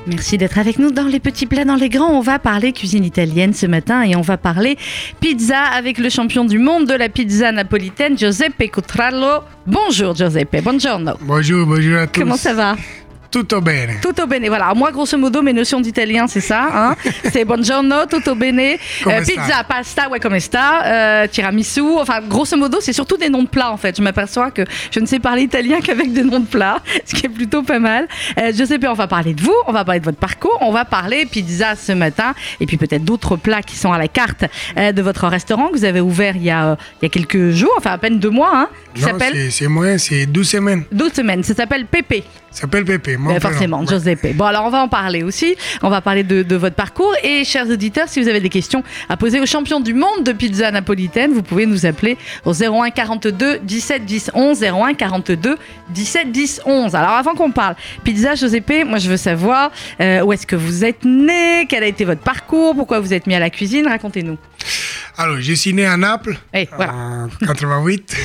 Merci d'être avec nous dans les petits plats dans les grands. On va parler cuisine italienne ce matin et on va parler pizza avec le champion du monde de la pizza napolitaine, Giuseppe Cutrallo. Bonjour Giuseppe, buongiorno. Bonjour à tous. Comment ça va? Tutto bene. Tutto bene, voilà. Moi, grosso modo, mes notions d'italien, c'est ça. Hein. C'est buongiorno, tutto bene, pizza, pasta, ouais, come sta, tiramisu. Enfin, grosso modo, c'est surtout des noms de plats, en fait. Je m'aperçois que je ne sais parler italien qu'avec des noms de plats, ce qui est plutôt pas mal. Giuseppe, on va parler de vous, on va parler de votre parcours, on va parler pizza ce matin, et puis peut-être d'autres plats qui sont à la carte de votre restaurant que vous avez ouvert il y a quelques jours, enfin à peine 2 mois, hein, qui s'appelle... c'est moyen, c'est 12 semaines. 12 semaines, ça s'appelle Pepe. Ça s'appelle Pepe, forcément, ouais. Giuseppe. Bon, alors on va en parler aussi. On va parler de votre parcours. Et chers auditeurs, si vous avez des questions à poser au champion du monde de pizza napolitaine, vous pouvez nous appeler au 01 42 17 10 11. 01 42 17 10 11. Alors avant qu'on parle pizza, Giuseppe, moi je veux savoir où est-ce que vous êtes né, quel a été votre parcours, pourquoi vous êtes mis à la cuisine, racontez-nous. Alors, je suis né à Naples, voilà. en 88,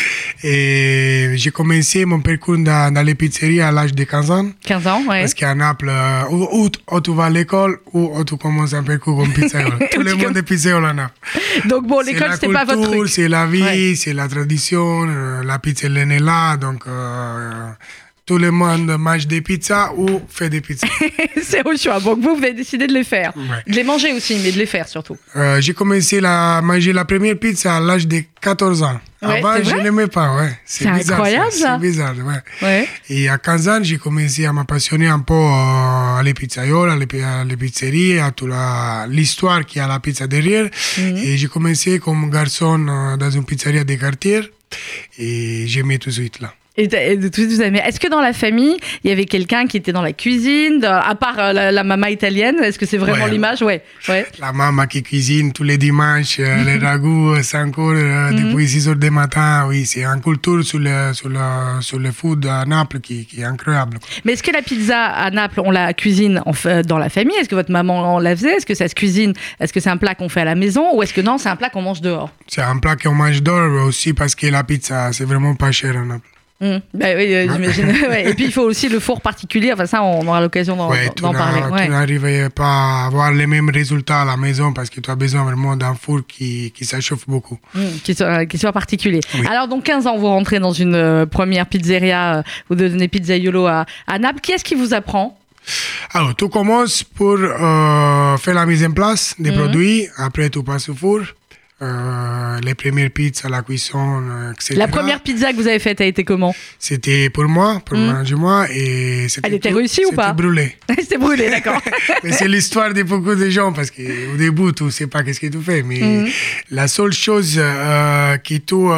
et j'ai commencé mon parcours dans les pizzerias à l'âge de 15 ans. 15 ans, oui. Parce qu'à Naples, où tu vas à l'école, ou tu commences un parcours comme pizzaiolo. Tout le monde est pizzaiolo à Naples. Donc bon, l'école, c'était pas votre truc. C'est la vie, c'est la tradition, la pizza, elle est née là, donc... tout le monde mange des pizzas ou fait des pizzas. C'est au choix. Donc vous avez décidé de les faire. Ouais. De les manger aussi, mais de les faire surtout. J'ai commencé à manger la première pizza à l'âge de 14 ans. Ouais, avant, je n'aimais pas. Ouais. C'est bizarre, incroyable, ça. C'est bizarre, ouais. Ouais. Et à 15 ans, j'ai commencé à m'appassionner un peu à les pizzaioles, à les pizzeries, à toute l'histoire qu'il y a à la pizza derrière. Et j'ai commencé comme garçon dans une pizzeria de quartier. Et j'aimais tout de suite là. Et de tout vous aimez. Est-ce que dans la famille, il y avait quelqu'un qui était dans la cuisine, à part la maman italienne? Est-ce que c'est vraiment l'image? Ouais. La maman qui cuisine tous les dimanches, les ragoûts, sans cours, depuis 6 heures du matin. Oui, c'est une culture sur le food à Naples qui est incroyable. Mais est-ce que la pizza à Naples, on la cuisine dans la famille? Est-ce que votre maman la faisait? Est-ce que ça se cuisine? Est-ce que c'est un plat qu'on fait à la maison? Ou est-ce que non, c'est un plat qu'on mange dehors? C'est un plat qu'on mange dehors aussi parce que la pizza, c'est vraiment pas cher à Naples. Bah oui, j'imagine. Ouais. Et puis il faut aussi le four particulier. Enfin ça, on aura l'occasion d'en parler. Tu n'arrives pas à avoir les mêmes résultats à la maison parce que tu as besoin vraiment d'un four qui s'achauffe beaucoup. Qui soit particulier. Oui. Alors donc 15 ans, vous rentrez dans une première pizzeria, vous devenez pizzaiolo à Naples. Qui est-ce qui vous apprend? Alors, tout commence pour faire la mise en place des produits. Après, tu passes au four. Les premières pizzas, la cuisson, etc. La première pizza que vous avez faite a été comment? C'était pour moi, pour manger moi. Et elle était réussie ou pas? C'était brûlé. C'était brûlé, d'accord. Mais c'est l'histoire de beaucoup de gens, parce qu'au début, tu ne sais pas qu'est-ce que tu fais. Mais la seule chose que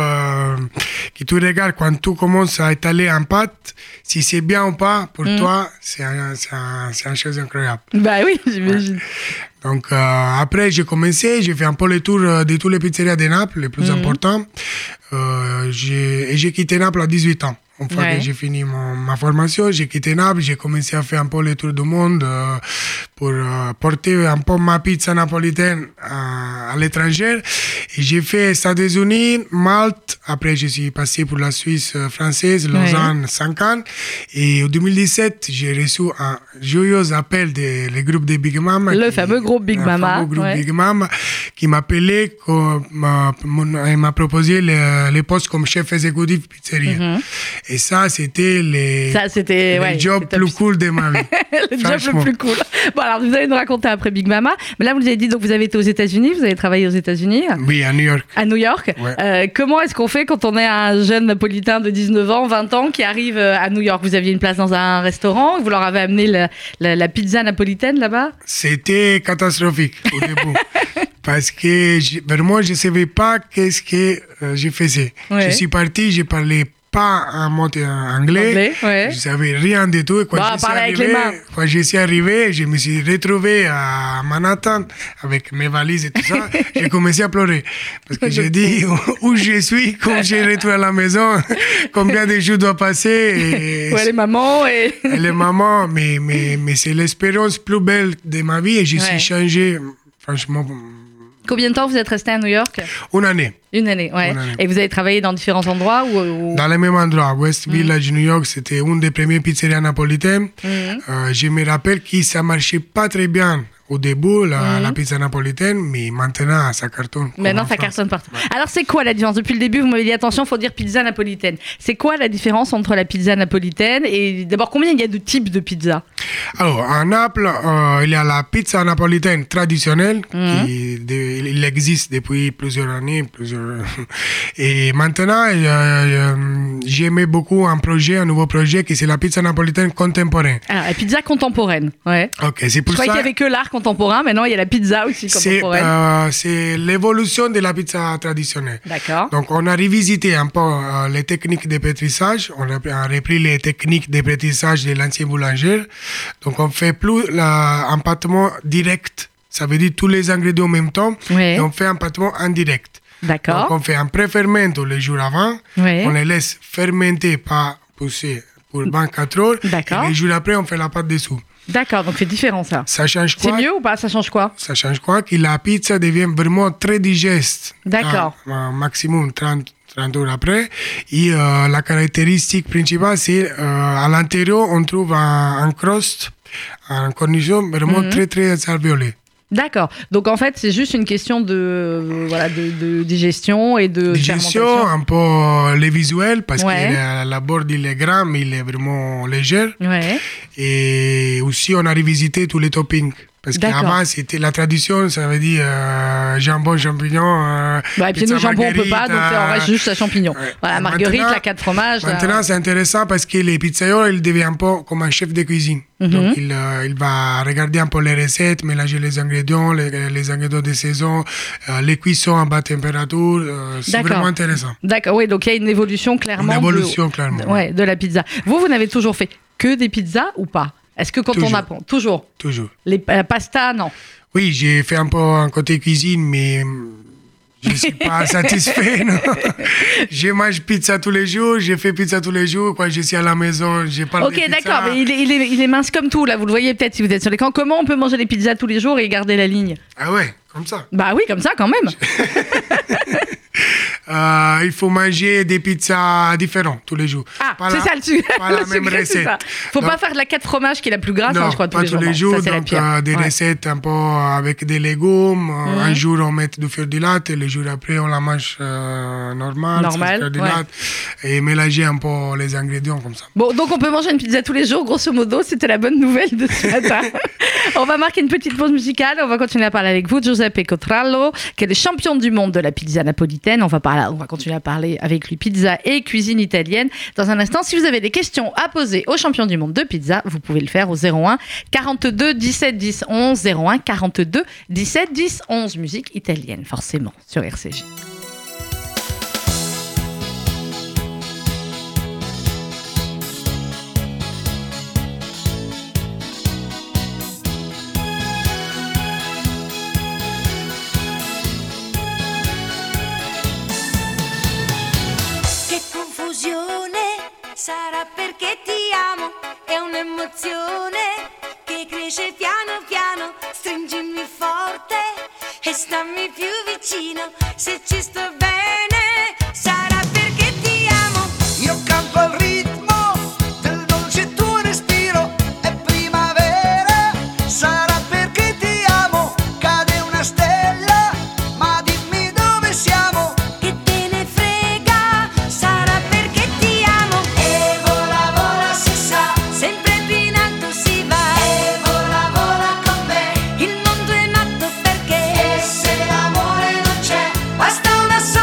tu regardes quand tu commences à étaler en pâte, si c'est bien ou pas, pour toi, c'est une chose incroyable. Bah oui, j'imagine. Ouais. Donc après, j'ai commencé, j'ai fait un peu le tour de tous les pizzerias de Naples, les plus importants. J'ai quitté Naples à 18 ans. Une fois que j'ai fini ma formation, j'ai quitté Naples, j'ai commencé à faire un peu le tour du monde pour porter un peu ma pizza napolitaine à l'étranger. Et j'ai fait États-Unis, Malte, après je suis passé pour la Suisse française, Lausanne, 5 ans. Et en 2017, j'ai reçu un joyeux appel du groupe de Big Mama. Le fameux groupe Big Mama. Le groupe Big Mama qui m'appelait, il m'a proposé le poste comme chef exécutif pizzeria. Et ça, c'était le job le plus cool de ma vie. Le job le plus cool. Bon, alors, vous allez nous raconter après Big Mama. Mais là, vous nous avez dit, donc, vous avez été aux États-Unis, vous avez travaillé aux États-Unis. Oui, à New York. À New York. Ouais. Comment est-ce qu'on fait quand on est un jeune napolitain de 19 ans, 20 ans, qui arrive à New York? Vous aviez une place dans un restaurant, vous leur avez amené la pizza napolitaine là-bas? C'était catastrophique au début. Parce que vraiment, je ne savais pas qu'est-ce que je faisais. Je suis parti, je parlais pas un mot anglais. Je savais rien du tout. Et quand je suis arrivé, je me suis retrouvé à Manhattan avec mes valises et tout ça. J'ai commencé à pleurer. Parce que j'ai dit où je suis, quand j'ai retrouvé à la maison, combien de jours doivent passer. Les mamans. Les mamans, mais c'est l'expérience plus belle de ma vie et je suis changé, franchement, Combien de temps vous êtes resté à New York? Une année. Une année, ouais. Une année. Et vous avez travaillé dans différents endroits ou... Dans le même endroit, West Village, New York, c'était une des premières pizzerias napolitaines. Je me rappelle que ça marchait pas très bien au début, la pizza napolitaine, mais maintenant, ça cartonne. Maintenant, ça cartonne partout. Alors, c'est quoi la différence? Depuis le début, vous m'avez dit, attention, il faut dire pizza napolitaine. C'est quoi la différence entre la pizza napolitaine et d'abord, combien il y a de types de pizza? Alors, à Naples, il y a la pizza napolitaine traditionnelle, il existe depuis plusieurs années. Et maintenant, j'aimais beaucoup un nouveau projet qui c'est la pizza napolitaine contemporaine. Ah, la pizza contemporaine, ouais. Ok, c'est pour ça. Je croyais qu'il y avait que l'art contemporain, maintenant il y a la pizza aussi contemporaine. C'est l'évolution de la pizza traditionnelle. D'accord. Donc on a revisité un peu les techniques de pétrissage, on a repris les techniques de pétrissage de l'ancien boulanger. Donc on fait plus l'empattement direct, ça veut dire tous les ingrédients en même temps, et on fait un empattement indirect. D'accord. Donc on fait un pré-fermento le jour avant, on les laisse fermenter, pas pousser pour 24 heures, et le jour après on fait la pâte dessous. D'accord, donc c'est différent ça. Ça change quoi? C'est mieux ou pas? Ça change quoi? Ça change quoi? Que la pizza devient vraiment très digeste. D'accord. Maximum 30 heures après. Et la caractéristique principale, c'est à l'intérieur, on trouve un crust, un cornichon vraiment très très alvéolé. D'accord. Donc en fait, c'est juste une question de digestion et de fermentation. Un peu les visuels, parce que la borde il est grand, mais il est vraiment léger. Ouais. Et aussi, on a revisité tous les toppings. Parce qu'avant, c'était la tradition, ça veut dire jambon, champignon. Et puis nous, jambon, on ne peut pas, donc on reste juste à champignons. Voilà, marguerite, la 4 fromages. Maintenant, c'est intéressant parce que les pizzaiolo, il devient un peu comme un chef de cuisine. Donc, il va regarder un peu les recettes, mélanger les ingrédients, les ingrédients de saison, les cuissons à basse température. C'est vraiment intéressant. D'accord, oui, donc il y a une évolution clairement. De la pizza. Vous n'avez toujours fait que des pizzas ou pas? Est-ce que quand on apprend... Toujours. La pasta, non. Oui, j'ai fait un peu un côté cuisine, mais je ne suis pas satisfait. Non. Je mange pizza tous les jours, j'ai fait pizza tous les jours. Quand je suis à la maison, j'ai pas de pizza. Ok, d'accord, mais il est mince comme tout, là. Vous le voyez peut-être si vous êtes sur l'écran. Comment on peut manger des pizzas tous les jours et garder la ligne? Ah ouais, comme ça. Bah oui, comme ça, quand même. Il faut manger des pizzas différentes tous les jours. Ah, c'est ça le sucre. Pas la même recette. Il ne faut pas faire de la 4 fromages qui est la plus grasse, je crois, tous les jours. Ça, donc, des recettes un peu avec des légumes. Un jour, on met du fleur de latte et le jour après, on la mange normal. Fleur de latte, et mélanger un peu les ingrédients comme ça. Bon, donc on peut manger une pizza tous les jours, grosso modo. C'était la bonne nouvelle de ce matin. On va marquer une petite pause musicale. On va continuer à parler avec vous, Giuseppe Cotrallo, qui est le champion du monde de la pizza napolitaine. On va continuer à parler avec lui pizza et cuisine italienne. Dans un instant, si vous avez des questions à poser au champion du monde de pizza, vous pouvez le faire au 01 42 17 10 11 01 42 17 10 11. Musique italienne, forcément, sur RCJ. Sarà perché ti amo, è un'emozione che cresce piano piano, stringimi forte e stammi più vicino, se ci sto bene, sarà perché ti amo. Io canto al ritmo del dolce tuo respiro, è primavera, sarà perché ti amo, cade una stella, ma dimmi dove siamo. Basta una sola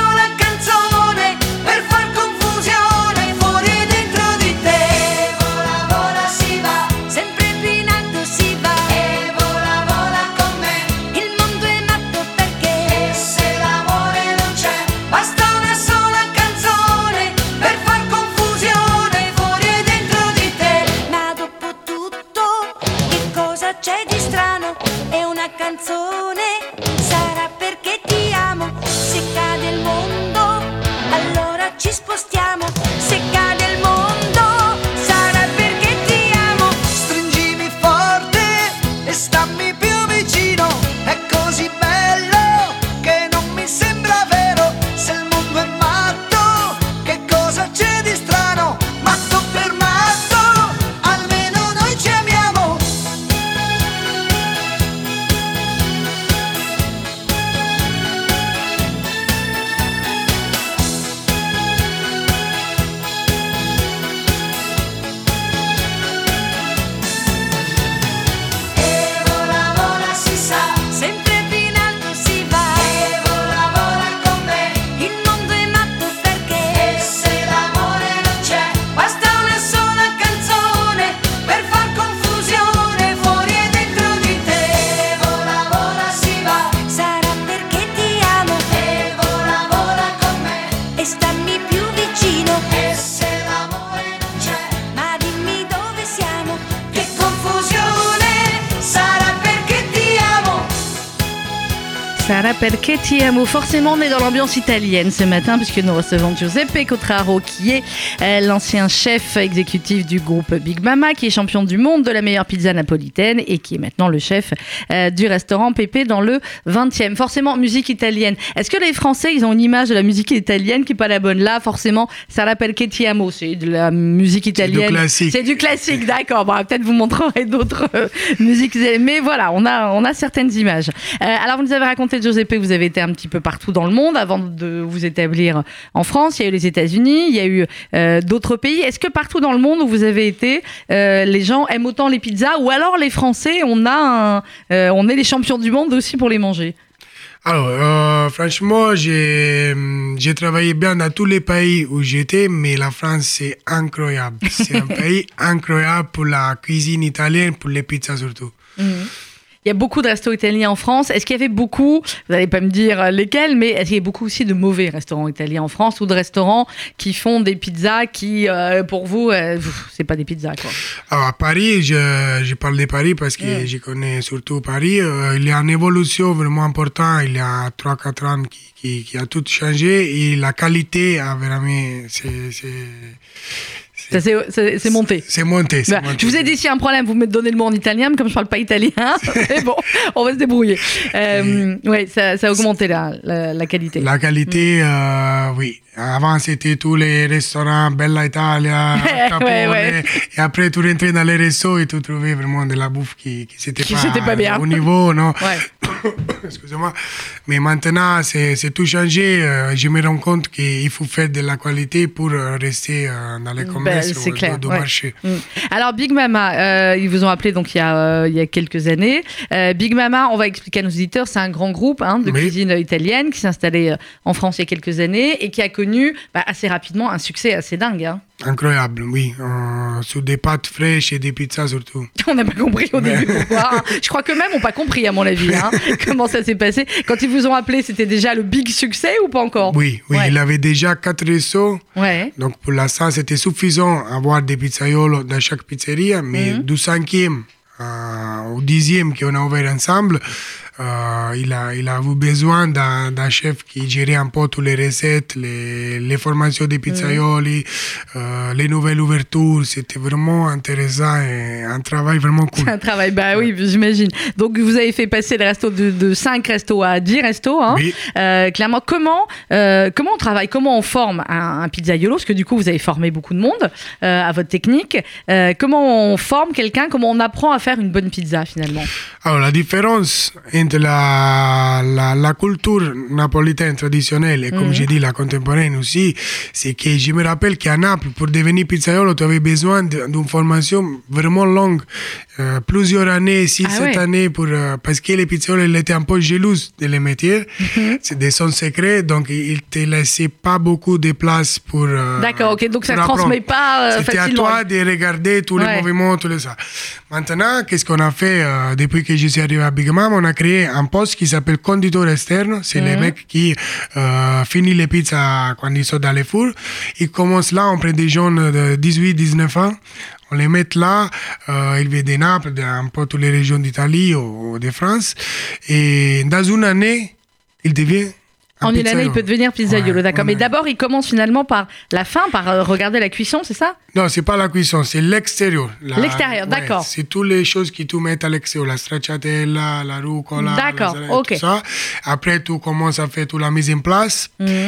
Sarà perché ti amo. Forcément, on est dans l'ambiance italienne ce matin puisque nous recevons Giuseppe Cotraro qui est l'ancien chef exécutif du groupe Big Mama, qui est champion du monde de la meilleure pizza napolitaine et qui est maintenant le chef du restaurant Pepe dans le 20e. Forcément, musique italienne. Est-ce que les Français, ils ont une image de la musique italienne qui n'est pas la bonne? Là, forcément, Sarà perché ti amo, c'est de la musique italienne. C'est du classique. C'est du classique, d'accord. Bon, peut-être vous montrerai d'autres musiques. Mais voilà, on a certaines images. Alors, vous nous avez raconté, Giuseppe, vous avez été un petit peu partout dans le monde avant de vous établir en France. Il y a eu les États-Unis, il y a eu d'autres pays. Est-ce que partout dans le monde où vous avez été, les gens aiment autant les pizzas, ou alors les Français, on est les champions du monde aussi pour les manger? Alors, franchement, j'ai travaillé bien dans tous les pays où j'étais, mais la France, c'est incroyable. C'est un pays incroyable pour la cuisine italienne, pour les pizzas surtout. Il y a beaucoup de restos italiens en France. Est-ce qu'il y avait beaucoup, vous n'allez pas me dire lesquels, mais est-ce qu'il y a beaucoup aussi de mauvais restaurants italiens en France, ou de restaurants qui font des pizzas qui, pour vous, c'est pas des pizzas, quoi? Alors, à Paris, je parle de Paris parce que je connais surtout Paris. Il y a une évolution vraiment importante. Il y a 3-4 ans qui a tout changé, et la qualité a vraiment... C'est monté. C'est monté. Je vous ai dit, s'il y a un problème, vous me donnez le mot en italien, mais comme je ne parle pas italien, c'est bon, on va se débrouiller. Oui, ça a augmenté la qualité. La qualité, oui. Avant, c'était tous les restaurants, Bella Italia, Capone. Et après, tu rentrais dans les restos et tu trouvais vraiment de la bouffe qui c'était pas bien. Au niveau, non? Ouais. Excusez-moi. Mais maintenant, c'est tout changé. Je me rends compte qu'il faut faire de la qualité pour rester dans les commerces ou marché. Alors, Big Mama, ils vous ont appelé donc, il y a quelques années. Big Mama, on va expliquer à nos auditeurs, c'est un grand groupe de cuisine italienne qui s'est installé en France il y a quelques années et qui a connu assez rapidement un succès assez dingue. Incroyable, oui. Sur des pâtes fraîches et des pizzas surtout. On n'a pas compris au début pourquoi. Je crois que même on n'a pas compris, à mon avis, comment ça s'est passé. Quand ils vous ont appelé, c'était déjà le big succès ou pas encore? Oui, il avait déjà 4 restos. Ouais. Donc pour l'instant, c'était suffisant d'avoir des pizzaiolos dans chaque pizzeria. Mais du 5e au 10e qu'on a ouvert ensemble, il a eu besoin d'un chef qui gérait un peu toutes les recettes, les formations des pizzaioli, les nouvelles ouvertures. C'était vraiment intéressant et un travail vraiment cool. C'est un travail, oui, j'imagine. Donc vous avez fait passer le resto de 5 restos à 10 restos. Oui. Clairement, comment on travaille, comment on forme un pizzaiolo? Parce que du coup, vous avez formé beaucoup de monde à votre technique. Comment on forme quelqu'un? Comment on apprend à faire une bonne pizza finalement? Alors la différence entre la culture napolitaine traditionnelle et comme j'ai dit la contemporaine aussi, c'est que je me rappelle qu'à Naples, pour devenir pizzaiolo, tu avais besoin d'une formation vraiment longue, plusieurs années, 6-7 années, parce que les pizzaioli étaient un peu jaloux de les métiers. C'est des sons secrets, donc ils ne te laissaient pas beaucoup de place pour D'accord, ok, donc ça ne transmet pas C'était facilement. à toi de regarder tous les mouvements, tout ça. Maintenant, qu'est-ce qu'on a fait depuis que je suis arrivé à Big Mama? On a créé un poste qui s'appelle conducteur externe. C'est les mecs qui finissent les pizzas quand ils sont dans les fours. Ils commencent là, on prend des jeunes de 18-19 ans. On les met là, ils viennent de Naples, un peu toutes les régions d'Italie ou de France. Et dans une année, ils deviennent en une année, il peut devenir pizzaiolo, d'accord. Mais d'abord, il commence finalement par la fin, par regarder la cuisson, c'est ça? Non, c'est pas la cuisson, c'est l'extérieur. L'extérieur, d'accord. C'est toutes les choses que tu mets à l'extérieur, la stracciatella, la rucola, d'accord, tout ça. Après, tu commences à faire toute la mise en place.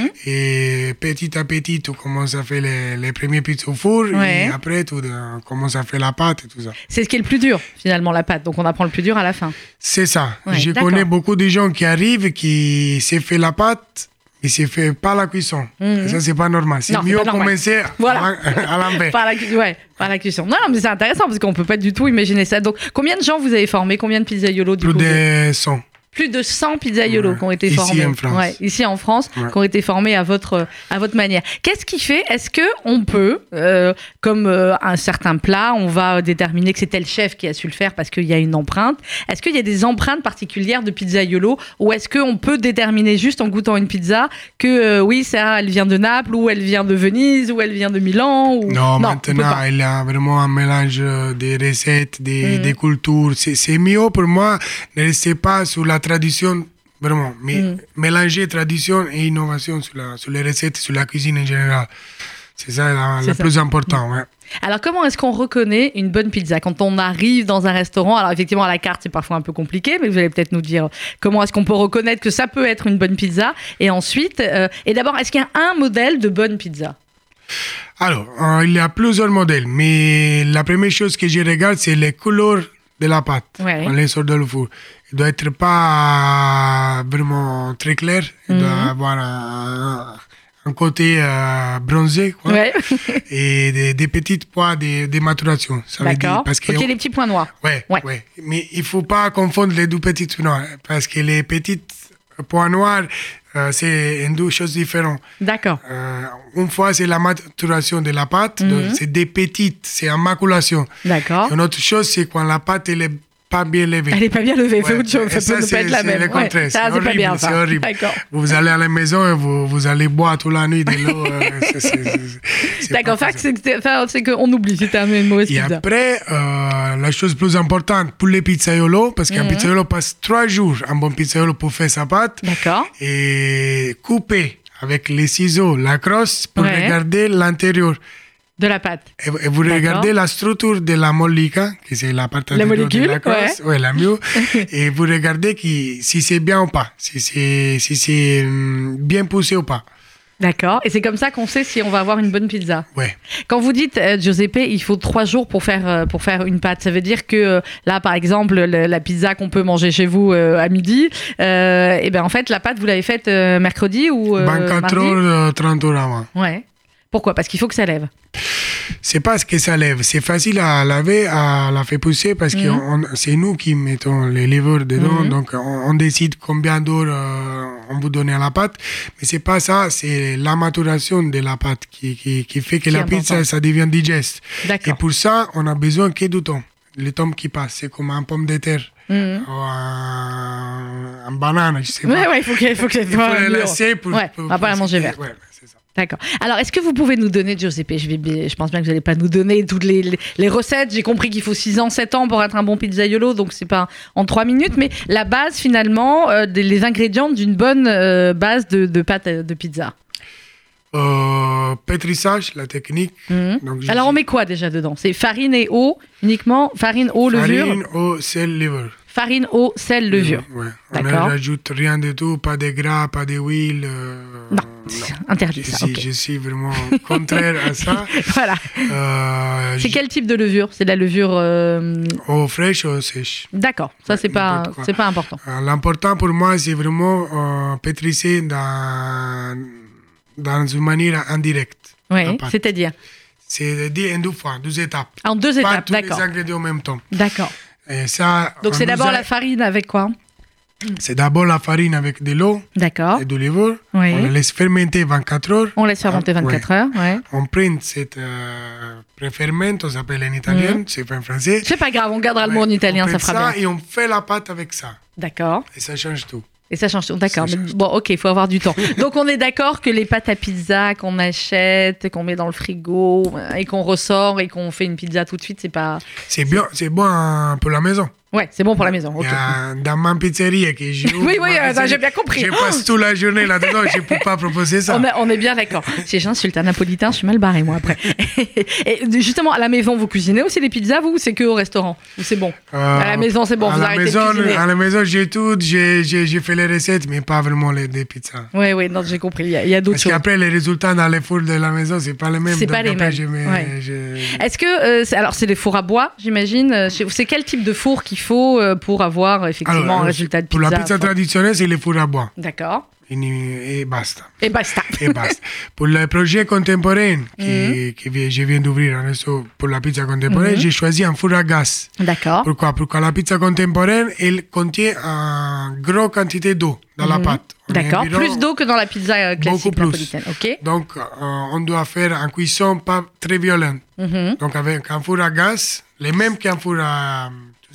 Et petit à petit, tu commences à faire les premiers pizzas au four. Et après, tu commences à faire la pâte et tout ça. C'est ce qui est le plus dur, finalement, la pâte. Donc, on apprend le plus dur à la fin. C'est ça. Je connais beaucoup de gens qui arrivent, qui s'est fait la pâte, mais c'est fait pas la cuisson. Et ça, c'est pas normal. C'est mieux commencer à l'envers. Par la cuisson. Non, mais c'est intéressant parce qu'on peut pas du tout imaginer ça. Donc, combien de gens vous avez formé? Combien de pizzaiolos du coup? Plus de 100. Plus de 100 pizzaiolos qui ont été formés. Ici en France. Ici en France, qui ont été formés à votre manière. Qu'est-ce qui fait? Est-ce qu'on peut, comme un certain plat, on va déterminer que c'est tel chef qui a su le faire parce qu'il y a une empreinte? Est-ce qu'il y a des empreintes particulières de pizzaiolo, ou est-ce qu'on peut déterminer juste en goûtant une pizza que oui, ça, elle vient de Naples, ou elle vient de Venise, ou elle vient de Milan Non, maintenant, il y a vraiment un mélange des recettes, des cultures. C'est mieux pour moi de ne rester pas sur la tradition Vraiment. Mais mélanger tradition et innovation sur les recettes, sur la cuisine en général. C'est ça le plus important. Ouais. Alors, comment est-ce qu'on reconnaît une bonne pizza quand on arrive dans un restaurant? Alors, effectivement, à la carte, c'est parfois un peu compliqué, mais vous allez peut-être nous dire comment est-ce qu'on peut reconnaître que ça peut être une bonne pizza. Et ensuite, et d'abord, est-ce qu'il y a un modèle de bonne pizza? Alors, il y a plusieurs modèles, mais la première chose que je regarde, c'est les couleurs de la pâte. Ouais. On les sort de le four. Il doit être pas vraiment très clair. Il doit avoir un côté bronzé, quoi. Ouais. Et des petites pois de maturation. Ça veut dire, parce qu'il y ait des petits points noirs. Ouais. Mais il faut pas confondre les deux petites pois, parce que les petites pois noirs, c'est deux choses différentes. D'accord. Une fois, c'est la maturation de la pâte, donc c'est des petites, c'est en maculation. D'accord. Et une autre chose, c'est quand la pâte, elle est pas bien levée. Elle n'est pas bien levée, ouais. Ça peut pas être la même. Le contraire, ça, c'est pas bien, ça. C'est horrible. D'accord. Vous allez à la maison et vous allez boire toute la nuit de l'eau. D'accord, c'est qu'on oublie, c'était une mauvaise pizza. Et après, la chose plus importante pour les pizzaiolos, parce qu'un pizzaiolo passe 3 jours, un bon pizzaiolo pour faire sa pâte. D'accord. Et couper avec les ciseaux la crosse pour regarder l'intérieur. De la pâte. Et vous regardez la structure de la mollica, qui c'est la partie de la crosse, la mieux, et vous regardez si c'est bien ou pas, si c'est bien poussé ou pas. D'accord. Et c'est comme ça qu'on sait si on va avoir une bonne pizza. Ouais. Quand vous dites, Giuseppe, il faut 3 jours pour faire une pâte, ça veut dire que là, par exemple, la pizza qu'on peut manger chez vous à midi, et ben en fait, la pâte, vous l'avez faite mercredi ou 24 mardi? heures, 30 heures avant. Ouais. Pourquoi? Parce qu'il faut que ça lève. C'est pas ce que ça lève. C'est facile à laver, à la faire pousser parce que c'est nous qui mettons les levures dedans. Donc, on décide combien d'heures on vous donne à la pâte. Mais c'est pas ça. C'est la maturation de la pâte qui fait que la pizza, ça devient digeste. Et pour ça, on a besoin que du temps. Le temps qui passe, c'est comme un pomme de terre. Ou un banane, je sais pas. Ouais, il faut que il faut la laisser pour on va pas la manger verte. Ouais, c'est ça. D'accord. Alors, est-ce que vous pouvez nous donner, Giuseppe, je pense bien que vous n'allez pas nous donner toutes les recettes. J'ai compris qu'il faut 6 ans, 7 ans pour être un bon pizzaiolo, donc c'est pas en 3 minutes, mais la base, finalement, les ingrédients d'une bonne base de pâte de pizza. Pétrissage, la technique. Donc, alors, on met quoi déjà dedans? C'est farine et eau, uniquement farine, eau, levure? Farine, eau, sel, levure. Farine, eau, sel, levure. Ouais. On ne rajoute rien du tout, pas de gras, pas d'huile. Non, c'est interdit ça. Je suis vraiment contraire à ça. Voilà. C'est quel type de levure? C'est de la levure eau fraîche ou sèche. D'accord, ça c'est pas important. L'important pour moi, c'est vraiment pétrisser dans une manière indirecte. Oui, c'est-à-dire? C'est-à-dire en 2 fois, 2 étapes. En 2 étapes, d'accord. Pas tous les ingrédients en même temps. D'accord. Et ça, donc c'est d'abord la farine avec quoi? C'est d'abord la farine avec de l'eau. D'accord. Et de levure. Oui. On la laisse fermenter 24 heures. On laisse fermenter 24 heures, ouais. On prend cette préfermente, on s'appelle en italien, c'est pas en français. C'est pas grave, on gardera le mot en italien, ça fera bien. Et on fait la pâte avec ça. D'accord. Et ça change tout. Et ça change tout, d'accord. Bon, ok, il faut avoir du temps. Donc on est d'accord que les pâtes à pizza qu'on achète, qu'on met dans le frigo et qu'on ressort et qu'on fait une pizza tout de suite, c'est pas... C'est bien, c'est bon pour la maison. Ouais, c'est bon pour la maison. Okay. Dans ma pizzeria que j'ai oui, j'ai bien compris. Je passe toute la journée là-dedans, je ne peux pas proposer ça. On est bien d'accord. Si j'insulte un napolitain, je suis mal barré, moi, après. Et justement, à la maison, vous cuisinez aussi les pizzas, vous, ou c'est que au restaurant? Ou c'est bon? À la maison, c'est bon, vous arrêtez de cuisiner. À la maison, j'ai tout, j'ai fait les recettes, mais pas vraiment des pizzas. Oui, non, j'ai compris, il y a d'autres choses. Parce qu'après, les résultats dans les fours de la maison, c'est pas les mêmes. C'est pas les mêmes. Est-ce que, alors c'est des fours à bois, j'imagine. C'est quel type de four qu'il faut pour avoir effectivement un résultat de pizza? Pour la pizza traditionnelle, c'est les fours à bois. D'accord. Et basta. Et basta. Pour le projet contemporain que je viens d'ouvrir pour la pizza contemporaine, j'ai choisi un four à gaz. D'accord. Pourquoi? Parce que la pizza contemporaine, elle contient une grosse quantité d'eau dans la pâte. D'accord. Plus d'eau que dans la pizza classique napolitaine. Ok. Donc, on doit faire une cuisson pas très violente. Donc, avec un four à gaz, les mêmes qu'un four à...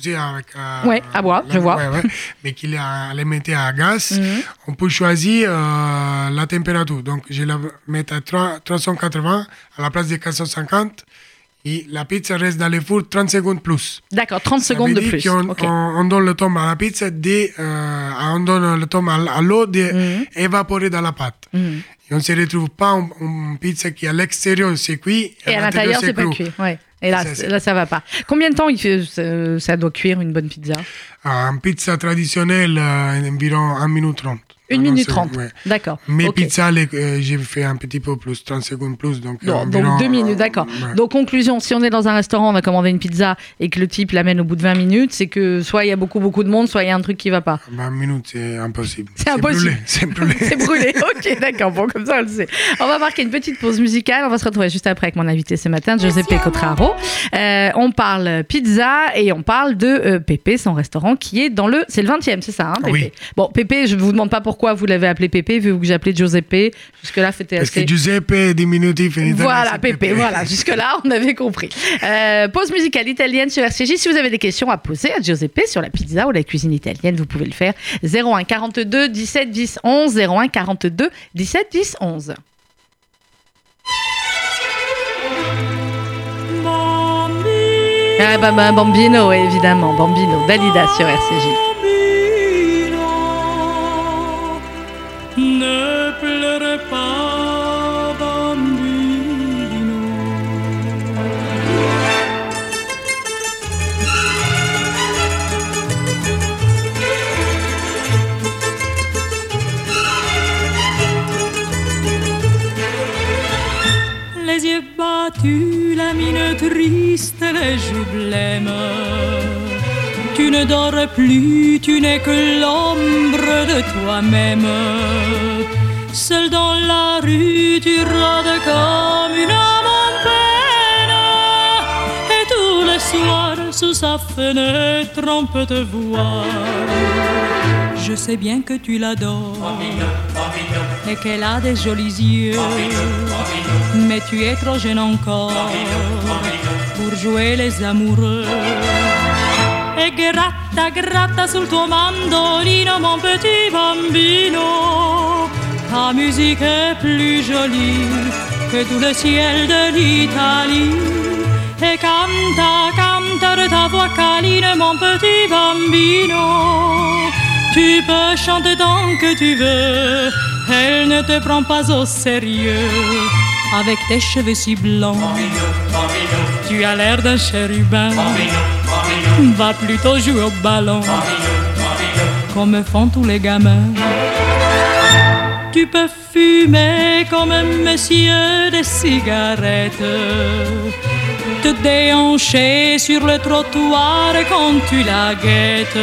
avec à bois, je vois. Mais qu'il est alimenté à gaz, on peut choisir la température. Donc, je la mets à 380 à la place de 450. et la pizza reste dans le four 30 secondes plus. D'accord, 30 secondes de plus. On donne le temps à la pizza, on donne le temps à l'eau d'évaporer dans la pâte. Et on ne se retrouve pas une pizza qui à l'extérieur c'est cuit et à l'intérieur c'est pas cuit. Ouais. Et là, ça va pas. Combien de temps ça doit cuire une bonne pizza? Une pizza traditionnelle, environ 1 minute 30. 1 minute 30, ouais. D'accord. Mais pizza, j'ai fait un petit peu plus, 30 secondes plus. Donc 2 minutes, d'accord. Ouais. Donc, conclusion, si on est dans un restaurant, on va commander une pizza et que le type l'amène au bout de 20 minutes, c'est que soit il y a beaucoup de monde, soit il y a un truc qui va pas. 20 minutes, c'est impossible. C'est impossible. C'est brûlé. C'est brûlé, ok, d'accord. Bon, comme ça, on le sait. On va marquer une petite pause musicale. On va se retrouver juste après avec mon invité ce matin, Giuseppe Cotraro. On parle pizza et on parle de Pepe, son restaurant qui est dans c'est le 20e, c'est ça, hein, Pepe? Oui. Bon, Pepe, je ne vous demande pas pourquoi vous l'avez appelé Pepe, vu que j'ai appelé Giuseppe. Jusque-là, c'était assez... Parce que Giuseppe est diminutif. Voilà, Pepe, voilà. Jusque-là, on avait compris. Pause musicale italienne sur RCJ. Si vous avez des questions à poser à Giuseppe sur la pizza ou la cuisine italienne, vous pouvez le faire. 01 42 17 10 11. 01 42 17 10 11. Bambino, évidemment. Bambino, Dalida sur RCJ. Ne pleure pas, bambino. Les yeux battus, la mine triste, les joues blêmes. Tu ne dors plus, tu n'es que l'ombre de toi-même. Seul dans la rue, tu rôdes comme une âme en peine. Et tous les soirs, sous sa fenêtre, on peut te voir. Je sais bien que tu l'adores et qu'elle a des jolis yeux. Mais tu es trop jeune encore pour jouer les amoureux. E gratta, gratta sul tuo mandolino, mon petit bambino. Ta musique est plus jolie que tout le ciel de l'Italie. Et canta, canta de ta voix câline, mon petit bambino. Tu peux chanter tant que tu veux, elle ne te prend pas au sérieux. Avec tes cheveux si blancs, tu as l'air d'un chérubin. Va plutôt jouer au ballon, comme font tous les gamins. Tu peux fumer comme un monsieur des cigarettes, te déhancher sur le trottoir quand tu la guettes.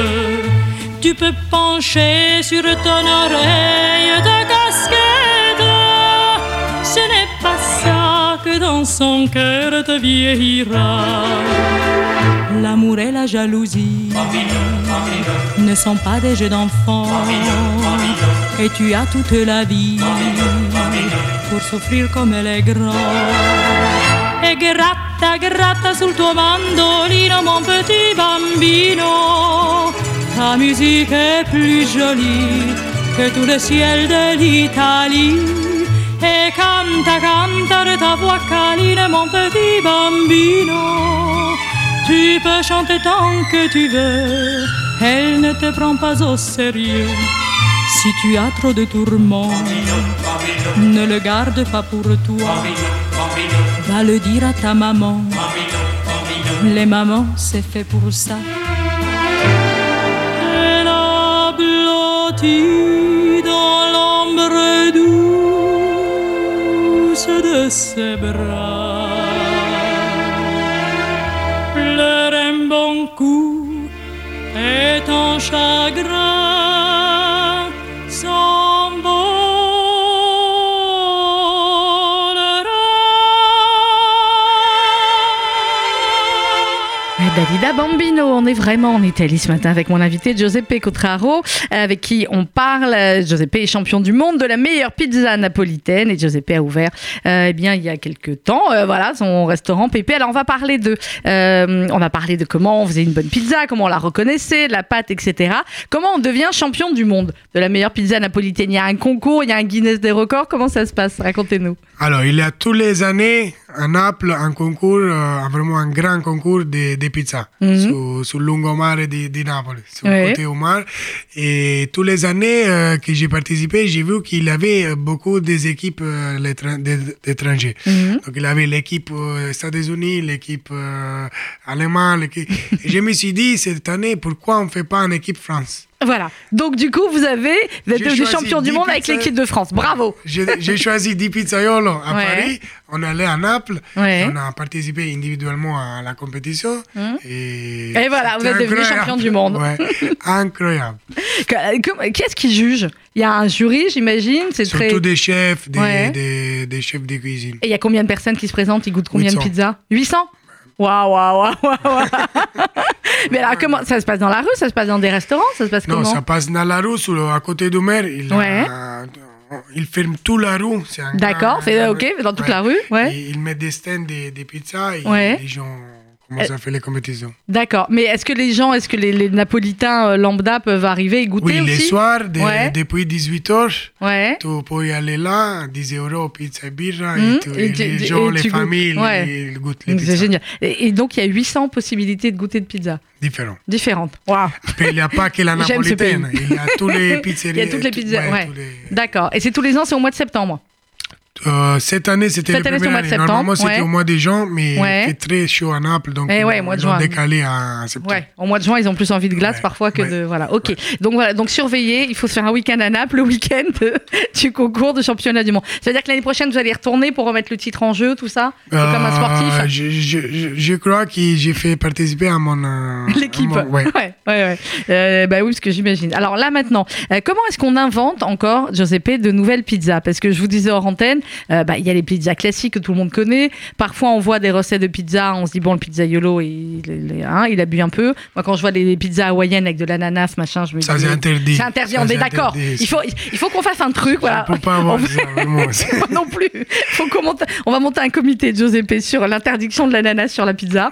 Tu peux pencher sur ton oreille de casquette. Ce n'est pas ça que dans son cœur te vieillira. L'amour et la jalousie ne sont pas des jeux d'enfants. Et tu as toute la vie pour souffrir comme elle est grande. E gratta, gratta sul tuo mandolino, mon petit bambino. Ta musique est plus jolie que tout le ciel de l'Italie. E canta, canta de ta voix câline, mon petit bambino. Tu peux chanter tant que tu veux, elle ne te prend pas au sérieux. Si tu as trop de tourments, ne le garde pas pour toi. Va le dire à ta maman. Les mamans, c'est fait pour ça. Elle a blotti dans l'ombre douce de ses bras. Pleure un bon coup et ton chagrin s'envolera. Dalida Bambino, on est vraiment en Italie ce matin avec mon invité Giuseppe Cotraro, avec qui on parle. Giuseppe est champion du monde de la meilleure pizza napolitaine et Giuseppe a ouvert il y a quelques temps son restaurant Pepe. Alors on va parler de comment on faisait une bonne pizza, comment on la reconnaissait, de la pâte, etc. Comment on devient champion du monde de la meilleure pizza napolitaine? Il y a un concours, il y a un Guinness des records, comment ça se passe? Racontez-nous. Alors il y a tous les années à Naples un concours, vraiment un grand concours de pizza sur le lungomare de Naples, sur le côté au mar. Et toutes les années que j'ai participé, j'ai vu qu'il y avait beaucoup des équipes d'étrangers. Donc il y avait l'équipe États-Unis, l'équipe allemande. Et je me suis dit cette année, pourquoi on ne fait pas une équipe France? Voilà. Donc, du coup, vous êtes devenu champion du monde avec l'équipe de France. Bravo. J'ai choisi 10 pizzaiolo à Paris. On allait à Naples. On a participé individuellement à la compétition. Et voilà, vous êtes devenu champion du monde. Ouais, incroyable. Qu'est-ce qui juge? Il y a un jury, j'imagine. Surtout des chefs, des chefs de cuisine. Et il y a combien de personnes qui se présentent? Ils goûtent combien de pizzas? 800? Waouh. Mais alors, comment ça se passe dans la rue? Ça se passe dans des restaurants? Ça se passe comment? Non, ça passe dans la rue, à côté du maire. Il ferme toute la rue. D'accord, dans toute la rue. Et il met des stands de pizza et les gens commencent à faire les compétitions. D'accord, mais est-ce que les Napolitains lambda peuvent arriver et goûter aussi? Oui, les soirs, depuis 18h, tu peux y aller là, 10 € pizza et birra, et les gens, les familles, ils goûtent les pizzas. C'est génial. Et donc, il y a 800 possibilités de goûter de pizza. Différentes. Wow. Il n'y a pas que la napolitaine, il y a tous les pizzerias. Il y a toutes les pizzas, D'accord. Et c'est tous les ans, c'est au mois de septembre? Cette année, c'était le premier année. Normalement, c'était au mois de juin, mais il fait très chaud à Naples, donc ils ont décalé à septembre. Au mois de juin, ils ont plus envie de glace parfois que de... Voilà, ok. Donc surveillez, il faut se faire un week-end à Naples, le week-end du concours de championnat du monde. Ça veut dire que l'année prochaine, vous allez y retourner pour remettre le titre en jeu, tout ça? C'est comme un sportif? Je crois que j'ai fait participer à mon... L'équipe. Oui, parce que j'imagine. Alors là, maintenant, comment est-ce qu'on invente encore, Giuseppe, de nouvelles pizzas? Parce que je vous disais hors antenne, il y a les pizzas classiques que tout le monde connaît. Parfois, on voit des recettes de pizza, on se dit, bon, le pizzaiolo, il a bu un peu. Moi, quand je vois des pizzas hawaïennes avec de l'ananas, machin, je me dis... Ça, c'est interdit. C'est interdit, on est d'accord. Il faut qu'on fasse un truc, voilà. Je ne peux pas avoir ça, vraiment. Moi non plus. On va monter un comité, Giuseppe, sur l'interdiction de l'ananas sur la pizza.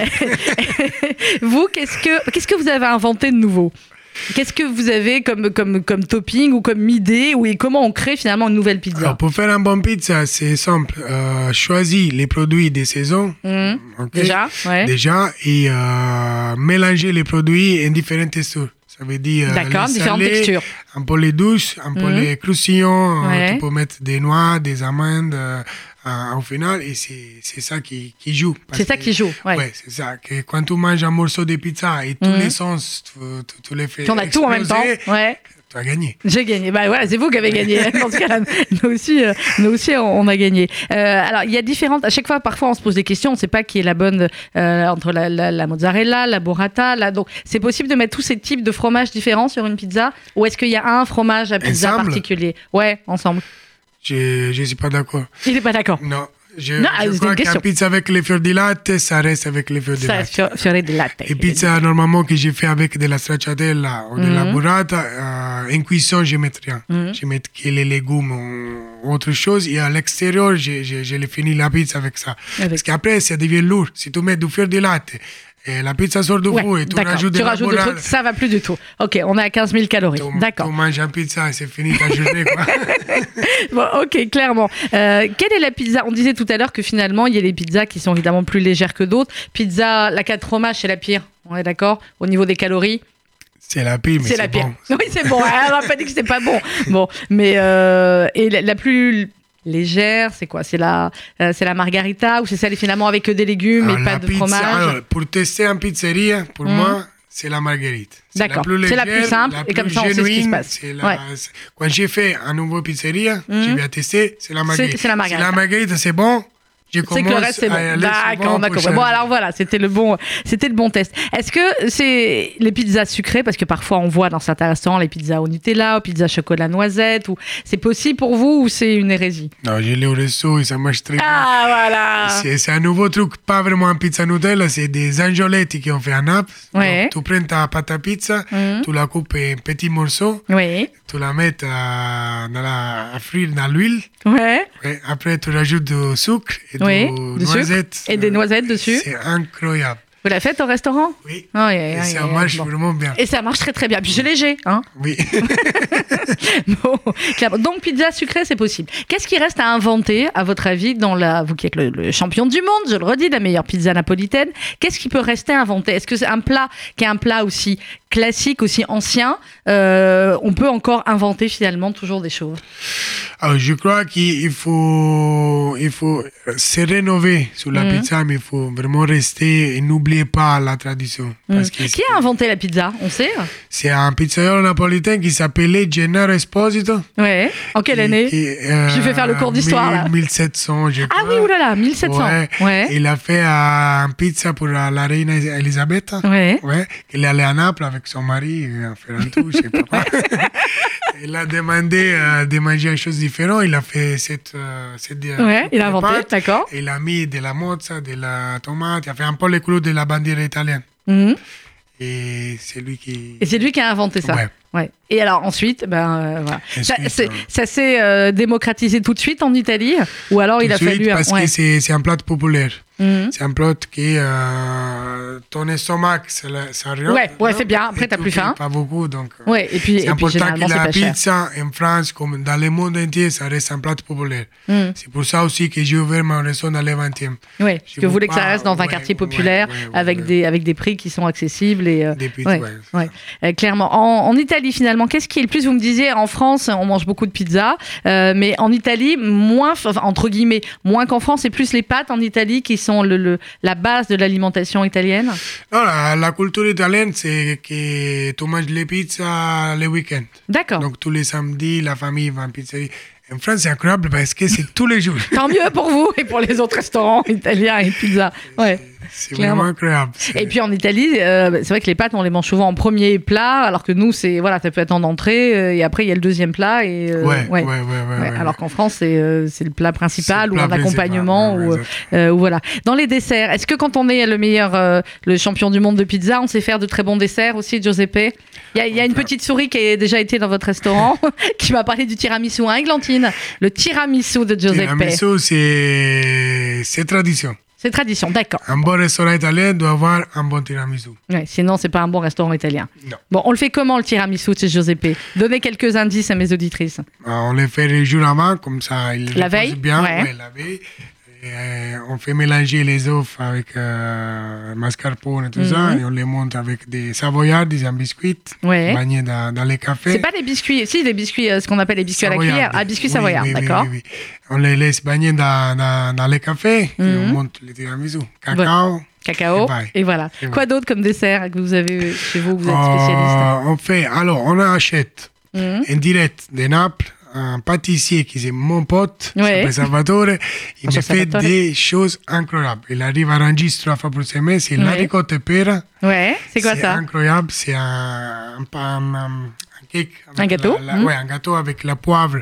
Vous, qu'est-ce que vous avez inventé de nouveau? Qu'est-ce que vous avez comme topping ou comme idée et comment on crée finalement une nouvelle pizza? Alors, pour faire une bonne pizza, c'est simple. Choisir les produits des saisons. Déjà, et mélanger les produits en différentes textures. Ça veut dire différentes textures. Un peu les douces, un peu les croustillants. Tu peux mettre des noix, des amandes au final, et c'est ça qui joue. C'est ça qui joue, c'est ça. Que quand tu manges un morceau de pizza et tous les sens, tu les fais. On a tout en même temps. Tu as gagné. J'ai gagné. C'est vous qui avez gagné. Dans ce cas-là, nous aussi, on a gagné. Alors, il y a différentes. À chaque fois, parfois, on se pose des questions. On ne sait pas qui est la bonne entre la mozzarella, la burrata. Donc, c'est possible de mettre tous ces types de fromages différents sur une pizza, ou est-ce qu'il y a un fromage à pizza particulier? Ensemble. Je ne suis pas d'accord. Il n'est pas d'accord? Non. Je crois qu'un pizza avec les fior di latte, ça reste avec les fior di latte. Fior di latte. Et pizza, normalement, que j'ai fait avec de la stracciatella ou de la burrata, en cuisson, je ne mets rien. Je mets que les légumes ou autre chose. Et à l'extérieur, je finis la pizza avec ça. Parce qu'après, ça devient lourd. Si tu mets du fior di latte, et la pizza sort du four et tu rajoutes des trucs, ça va plus du tout. Ok, on est à 15 000 calories. D'accord. Tu manges une pizza et c'est fini ta journée, quoi. Bon, ok, clairement. Quelle est la pizza? On disait tout à l'heure que finalement, il y a des pizzas qui sont évidemment plus légères que d'autres. Pizza, la 4 fromages, c'est la pire. On est d'accord? Au niveau des calories? C'est la pire, mais c'est bon. Oui, c'est bon. On n'a pas dit que c'était pas bon. Bon, mais et la plus légère, c'est quoi? C'est la margarita, ou c'est celle finalement avec que des légumes et pas de fromage? Alors, pour tester en pizzeria, pour moi, c'est la marguerite. D'accord, c'est la plus simple, et comme ça on sait ce qui se passe. Quand j'ai fait un nouveau pizzeria, je vais tester, c'est la marguerite. C'est la margarita. Si la marguerite, c'est bon, c'est que le reste c'est bon. D'accord, d'accord. Bon, alors voilà, c'était le bon test. Est-ce que c'est les pizzas sucrées, parce que parfois on voit dans certains restaurants les pizzas au Nutella, aux pizzas chocolat noisette, ou c'est possible pour vous ou c'est une hérésie? Non, je l'ai au resto et ça marche très bien. Voilà. C'est un nouveau truc, pas vraiment un pizza Nutella, c'est des angioletti qu'on fait à Naples. Donc, tu prends ta pâte à pizza, tu la coupes en petits morceaux, tu la mets à frire dans l'huile. Après, tu rajoutes du sucre et du noisettes. Et des noisettes dessus. C'est incroyable. Vous la faites au restaurant? Oui. Oh, et ça marche vraiment bien. Et ça marche très très bien. Puis c'est léger, hein? Oui. Bon, clairement. Donc pizza sucrée, c'est possible. Qu'est-ce qui reste à inventer, à votre avis, vous qui êtes le champion du monde, je le redis, la meilleure pizza napolitaine, qu'est-ce qui peut rester à inventer? Est-ce que c'est un plat qui est un plat aussi classique, aussi ancien, on peut encore inventer finalement toujours des choses? Alors, je crois qu'il faut se rénover sur la pizza, mais il faut vraiment rester et n'oubliez pas la tradition. Parce que qui a inventé la pizza, on sait? C'est un pizzaiolo napolitain qui s'appelait Gennaro Esposito. Ouais. En quelle année? Je vais faire le cours d'histoire là. 1700, je crois. Ah oui, oulala, 1700. Ouais. Il a fait un pizza pour la reine Elisabeth. Ouais. Il est allé à Naples avec son mari, à faire un tour, je sais pas quoi. Il a demandé de manger une chose différente. Il a fait cette il a inventé, d'accord. Il a mis de la mozza, de la tomate. Il a fait un peu les couleurs de la bandiera italienne. Et c'est lui qui a inventé ça. Ouais. Et alors ensuite, voilà. Ça s'est démocratisé tout de suite en Italie, ou alors il a fallu parce que c'est un plat populaire. C'est un plat qui ton estomac, ça rien. Ouais, c'est bien. Après, t'as plus faim. Pas beaucoup, donc. Ouais, et puis c'est important que la pizza cher. En France, comme dans le monde entier, ça reste un plat populaire. C'est pour ça aussi que j'ai ouvert mon restaurant dans le 20e. Oui, parce que vous voulez que ça reste dans un quartier populaire avec des prix qui sont accessibles et. Des pizzas, clairement. En Italie, finalement, qu'est-ce qui est le plus? Vous me disiez, en France, on mange beaucoup de pizza, mais en Italie, moins, entre guillemets, moins qu'en France, c'est plus les pâtes en Italie qui sont la base de l'alimentation italienne? Non, la culture italienne, c'est que tu manges les pizzas les week-ends. D'accord. Donc tous les samedis, la famille va en pizzerie. En France, c'est incroyable parce que c'est tous les jours. Tant mieux pour vous et pour les autres restaurants italiens et pizza. Ouais. C'est vraiment incroyable. Et puis en Italie, c'est vrai que les pâtes, on les mange souvent en premier plat, alors que nous, ça peut être en entrée, et après, il y a le deuxième plat. Alors qu'en France, c'est le plat principal ou un accompagnement. Ou voilà. Dans les desserts, est-ce que quand on est le champion du monde de pizza, on sait faire de très bons desserts aussi, Giuseppe? Il y a une petite souris qui a déjà été dans votre restaurant, qui m'a parlé du tiramisu, hein, Églantine? Le tiramisu de Giuseppe. Le tiramisu, c'est tradition. C'est tradition, d'accord. Un bon restaurant italien doit avoir un bon tiramisu. Ouais, sinon, c'est pas un bon restaurant italien. Non. Bon, on le fait comment, le tiramisu chez Giuseppe? Donnez quelques indices à mes auditrices. On le fait le jour avant, comme ça, il la veille bien. Ouais, la veille. Et on fait mélanger les œufs avec mascarpone et tout ça, et on les monte avec des savoyards, des biscuits, bagnés dans les cafés. C'est pas des biscuits, des biscuits, ce qu'on appelle les biscuits à la cuillère. Ah, biscuits savoyards, d'accord. Oui. On les laisse bagner dans les cafés, et on monte les tiramisu. Cacao, et voilà. Quoi d'autre comme dessert que vous avez chez vous, vous êtes spécialiste? On achète en direct de Naples un pâtissier qui est mon pote, s'appelle Salvatore. Il me fait des choses incroyables. Il arrive à Rungis 3 fois par semaine. C'est la ricotta e pera. Ouais, c'est quoi ça? C'est incroyable. C'est un cake. Un gâteau? Oui, un gâteau avec la poivre.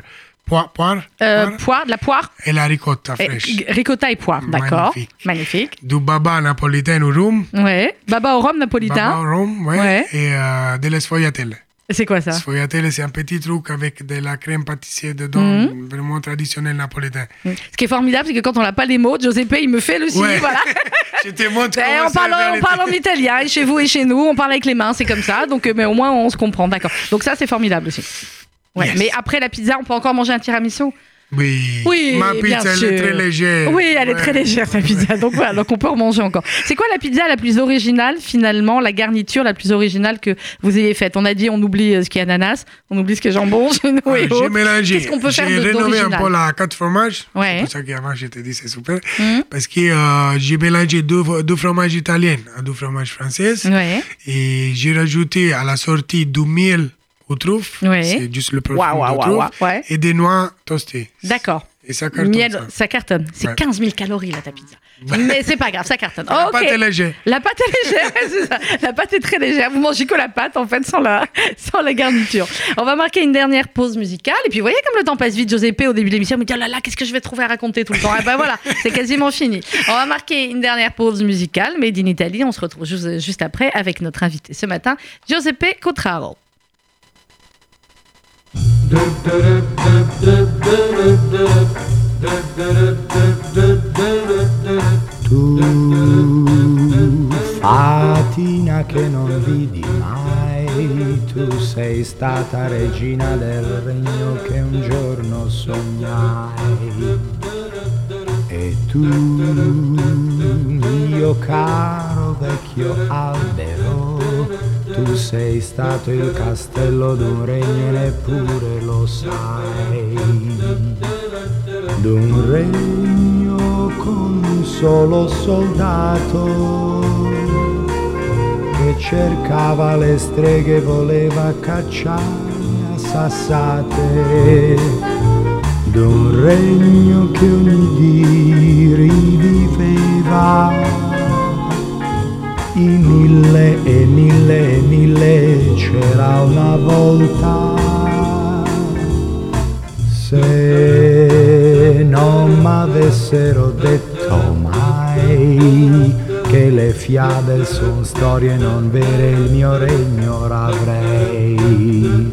De la poire. Et la ricotta fraîche. Ricotta et poire, d'accord. Magnifique. Du baba napolitain au rhum. Ouais. Baba au rhum napolitain. Baba au rhum, ouais. Et de la sfogliatelle. C'est quoi ça? Sfogliatelle, c'est un petit truc avec de la crème pâtissière dedans, vraiment traditionnel napolitain. Ce qui est formidable, c'est que quand on n'a pas les mots, Giuseppe, il me fait le signe, voilà. Je te montre comment on parle en italien, et chez vous et chez nous, on parle avec les mains, c'est comme ça, donc, mais au moins on se comprend, d'accord. Donc ça, c'est formidable aussi. Ouais. Yes. Mais après la pizza, on peut encore manger un tiramisu? Oui, ma pizza, elle est très légère. Oui, elle est très légère, sa pizza. Donc voilà, donc on peut en manger encore. C'est quoi la pizza la plus originale, finalement, la garniture la plus originale que vous ayez faite? On a dit, on oublie ce qui est ananas, on oublie ce qui est jambon, genou et autres. J'ai mélangé. Qu'est-ce qu'on peut faire d'original? J'ai rénové un peu la 4 fromages. Ouais. C'est pour ça qu'avant, je t'ai dit, c'est super. Parce que j'ai mélangé deux fromages italiens à deux fromages français. Ouais. Et j'ai rajouté à la sortie du miel aux truffes, c'est juste le profil de truffes, et des noix toastées. D'accord. Et ça cartonne. Miel, ça cartonne. C'est 15 000 calories, là, ta pizza. Mais c'est pas grave, ça cartonne. La pâte est légère. La pâte est légère, c'est ça. La pâte est très légère. Vous mangez que la pâte, en fait, sans la garniture. On va marquer une dernière pause musicale. Et puis, vous voyez comme le temps passe vite. Giuseppe, au début de l'émission, me dit, oh là là, qu'est-ce que je vais trouver à raconter tout le temps? Et ben voilà, c'est quasiment fini. On va marquer une dernière pause musicale. Made in Italy. On se retrouve juste après avec notre invité ce matin, Giuseppe Cotraro. Tu fatina che non vidi mai, tu sei stata regina del regno che un giorno sognai. E tu, mio caro vecchio albero, tu sei stato il castello d'un regno e neppure lo sai. D'un regno con un solo soldato che cercava le streghe, voleva cacciarmi a sassate. D'un regno che ogni dì riviveva i 1000 e 1000 e 1000. C'era una volta, se non m'avessero detto mai che le fiabe son storie non vere, il mio regno l'avrei.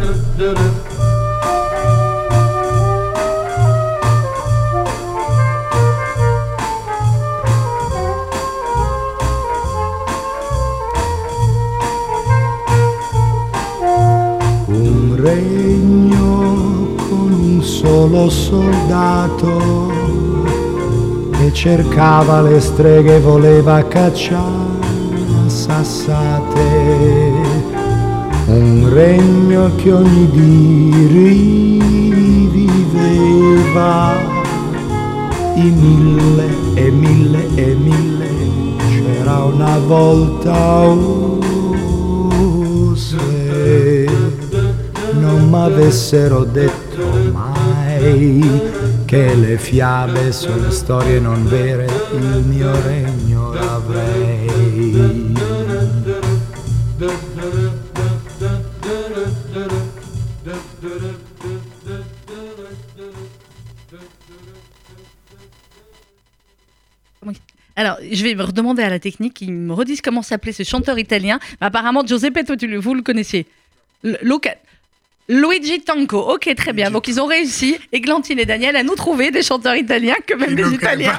Un regno con un solo soldato che cercava le streghe, voleva cacciare a sassate. Un regno che ogni dì riviveva i 1000 e 1000 e 1000. C'era una volta, se non m'avessero detto mai che le fiabe sono storie non vere, il mio regno l'avrei. Alors, je vais me redemander à la technique qu'ils me redisent comment s'appelait ce chanteur italien. Apparemment, Giuseppe, toi, vous le connaissiez. Luigi Tenco. Ok, très bien. Donc, ils ont réussi, Églantine et Daniel, à nous trouver des chanteurs italiens que même les Italiens...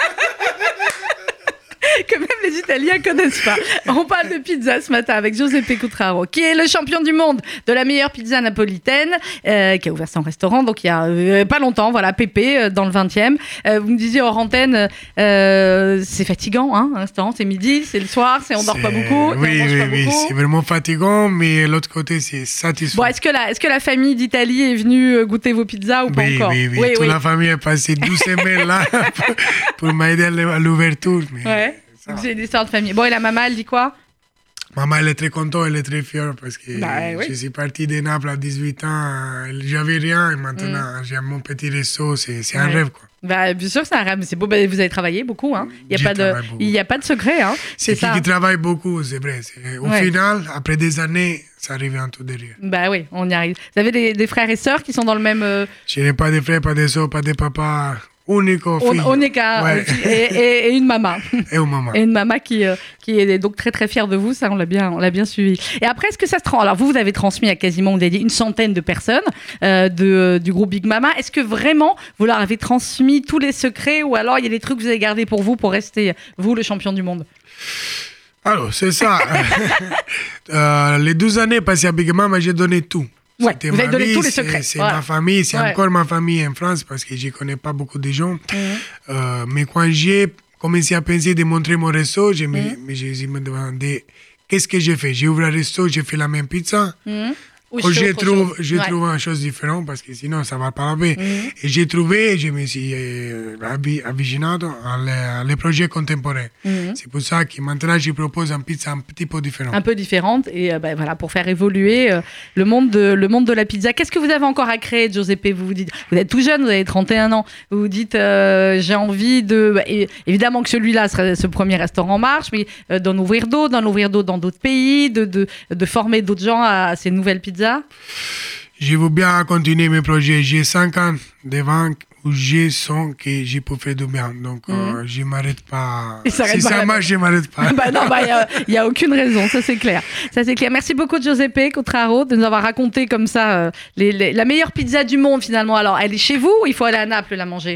que même les Italiens connaissent pas. On parle de pizza ce matin avec Giuseppe Cutraro, qui est le champion du monde de la meilleure pizza napolitaine, qui a ouvert son restaurant, donc il y a pas longtemps, voilà, Pépé, dans le 20e. Vous me disiez hors antenne, c'est fatigant, hein, un restaurant, c'est midi, c'est le soir, on dort pas beaucoup, oui, c'est vraiment fatigant, mais l'autre côté, c'est satisfaisant. Bon, est-ce que la famille d'Italie est venue goûter vos pizzas ou pas encore? Oui. Toute la famille est passée 12 semaines là pour m'aider à l'ouverture. Mais... Ouais. C'est une histoire de famille. Bon, et la maman, elle dit quoi? Maman, elle est très contente, elle est très fière parce que je suis parti de Naples à 18 ans, j'avais rien et maintenant j'ai mon petit resto, c'est un rêve, quoi. Bah, bien sûr que c'est un rêve, mais c'est beau, vous avez travaillé beaucoup, hein. Il n'y a pas de secret, hein. C'est qui travaille beaucoup, c'est vrai. Au final, après des années, ça arrive en tout derrière. Bah oui, on y arrive. Vous avez des frères et sœurs qui sont dans le même... Je n'ai pas de frères, pas de sœurs, pas de papa... Unica et une maman. Et une maman. Et une maman qui est donc très très fière de vous, ça on l'a bien suivi. Et après, est-ce que ça se transmet? Alors vous avez transmis à quasiment, vous avez dit, une centaine de personnes du groupe Big Mama. Est-ce que vraiment vous leur avez transmis tous les secrets ou alors il y a des trucs que vous avez gardés pour vous pour rester, vous, le champion du monde? Alors, c'est ça. Les 12 années passées à Big Mama, j'ai donné tout. Ouais, vous avez donné tous les secrets. C'est ma famille, c'est encore ma famille en France parce que je ne connais pas beaucoup de gens. Mais quand j'ai commencé à penser de montrer mon resto, je me demandais qu'est-ce que j'ai fait. J'ai ouvert un resto, j'ai fait la même pizza. Je trouve une chose différente parce que sinon ça ne va pas la peine. Et j'ai trouvé, je me suis avvicinato alle projets contemporains. C'est pour ça que maintenant je propose une pizza un petit peu différente. Un peu différente et voilà, pour faire évoluer le monde de la pizza. Qu'est-ce que vous avez encore à créer, Giuseppe? Vous êtes tout jeune, vous avez 31 ans. Vous vous dites, j'ai envie de... évidemment que celui-là, ce premier restaurant marche, mais d'en ouvrir d'autres dans d'autres pays, de former d'autres gens à ces nouvelles pizzas. Je veux bien continuer mes projets. J'ai 5 ans devant où je sens que je peux faire du bien. Donc, je ne m'arrête pas. Si ça marche, je ne m'arrête pas. Il n'y a aucune raison, ça c'est clair. Merci beaucoup, Giuseppe Cutraro, de nous avoir raconté comme ça la meilleure pizza du monde, finalement. Alors, elle est chez vous ou il faut aller à Naples la manger?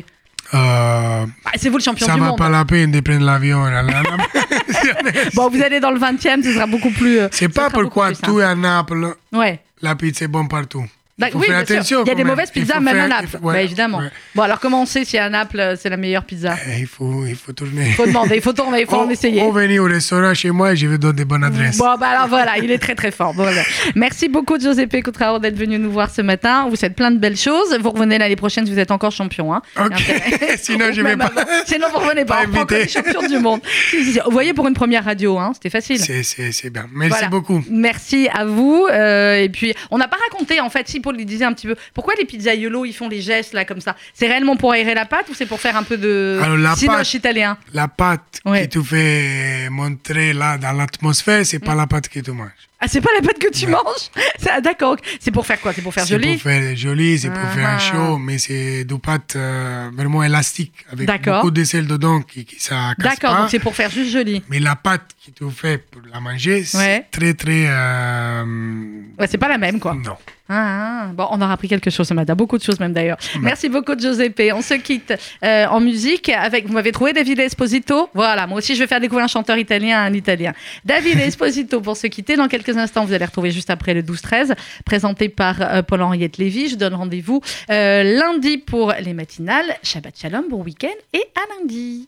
C'est vous le champion du monde. Ça va pas la peine de prendre l'avion. Bon, vous allez dans le 20e, ce sera beaucoup plus. C'est pas pourquoi tout est à Naples. Ouais. La pizza est bonne partout. Il faut oui, faire attention. Il y a des mauvaises pizzas même à Naples. Ouais, évidemment. Ouais. Bon, alors comment on sait si à Naples c'est la meilleure pizza? Il faut tourner. Il faut demander, il faut tourner, il faut en essayer. On venir au restaurant chez moi et je vais donner des bonnes adresses. Bon, alors voilà, il est très très fort. Bon, voilà. Merci beaucoup Giuseppe Cutraro d'être venu nous voir ce matin. Vous faites plein de belles choses. Vous revenez l'année prochaine si vous êtes encore champion. Hein. Ok. Sinon, je vais pas. Sinon, vous revenez pas. On prend encore les champions du monde. Vous voyez, pour une première radio, hein, c'était facile. C'est bien. Merci beaucoup. Merci à vous. Et puis, on n'a pas raconté, en fait, si Paul lui disait un petit peu. Pourquoi les pizzaiolo ils font les gestes là comme ça? C'est réellement pour aérer la pâte ou c'est pour faire un peu de cinoche italien? La pâte que tu fais montrer là dans l'atmosphère, c'est pas la pâte que tu manges. Ah, c'est pas la pâte que tu manges? D'accord. C'est pour faire quoi? C'est pour faire joli? C'est pour faire joli, c'est pour faire un chaud, mais c'est du pâte vraiment élastique avec beaucoup de sel dedans qui ça casse pas. D'accord, donc c'est pour faire juste joli. Mais la pâte que tu fais pour la manger, c'est très très... Ouais, c'est pas la même quoi. Non. Bon, on aura appris quelque chose ce matin, beaucoup de choses même d'ailleurs. Merci beaucoup Giuseppe. On se quitte en musique avec, vous m'avez trouvé Davide Esposito. Voilà, moi aussi je vais faire découvrir un chanteur italien à un italien. Davide Esposito pour se quitter. Dans quelques instants, vous allez retrouver juste après le 12-13, présenté par Paul-Henriette Lévy. Je donne rendez-vous lundi pour les matinales. Shabbat Shalom, bon week-end et à lundi.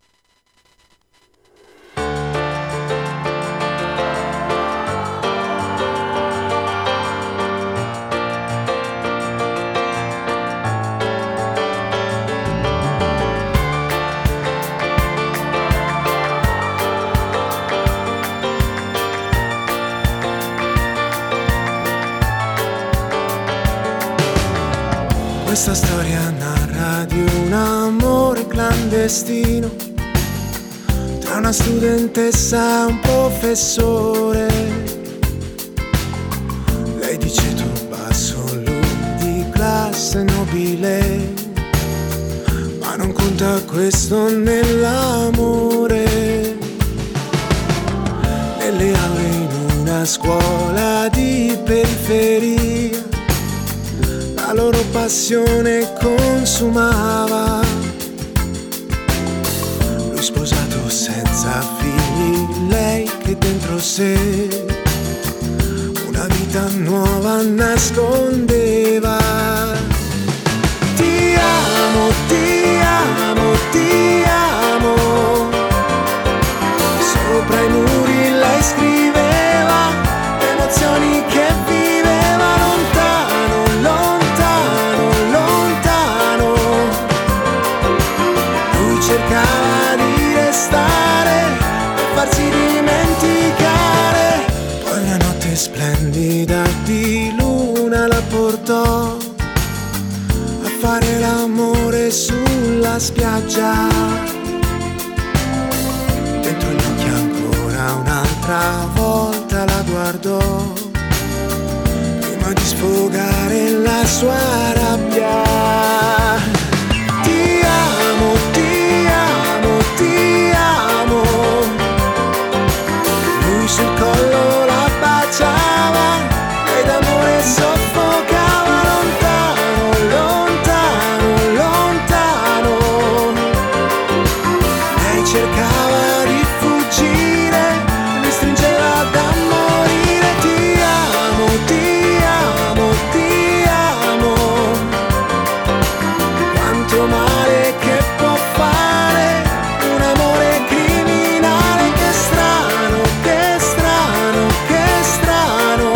Questa storia narra di un amore clandestino tra una studentessa e un professore. Lei dice turbasso, lui di classe nobile, ma non conta questo nell'amore. Nelle aule in una scuola di periferia la loro passione consumava. Lui sposato senza figli, lei che dentro sé una vita nuova nascondeva. Ti amo, ti amo, ti amo. Sopra i muri lei scriveva le emozioni che viveva lontano, lontano, lontano. Lui cercava di restare per farsi dimenticare. Poi una notte splendida di luna la portò a fare l'amore sulla spiaggia. Dentro gli occhi ancora un'altra volta la guardò prima di sfogare la sua rabbia. Ti amo, ti amo, ti amo. Lui sul collo la baciava, lei d'amore soffocava lontano, lontano, lontano. Lei cercava di fuggire, mi stringeva da morire. Ti amo, ti amo, ti amo. Quanto male che può fare un amore criminale. Che strano, che strano, che strano.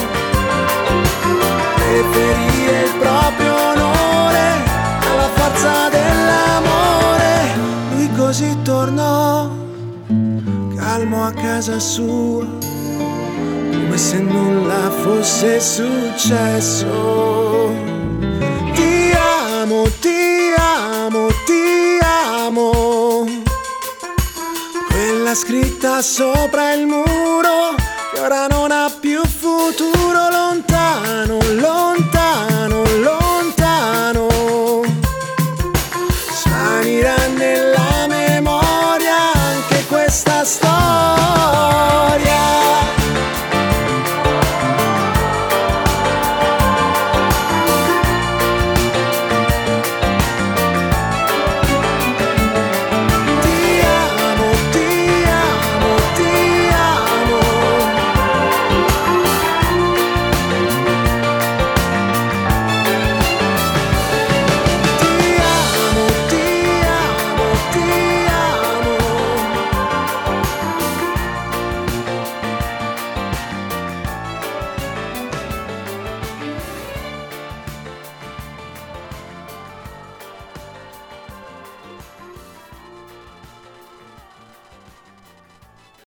Preferire il proprio onore alla forza dell'amore. Lui così tornò calmo a casa sua, come se nulla fosse successo. Ti amo, ti amo, ti amo. Quella scritta sopra il muro che ora non ha più futuro. Lontano, lontano.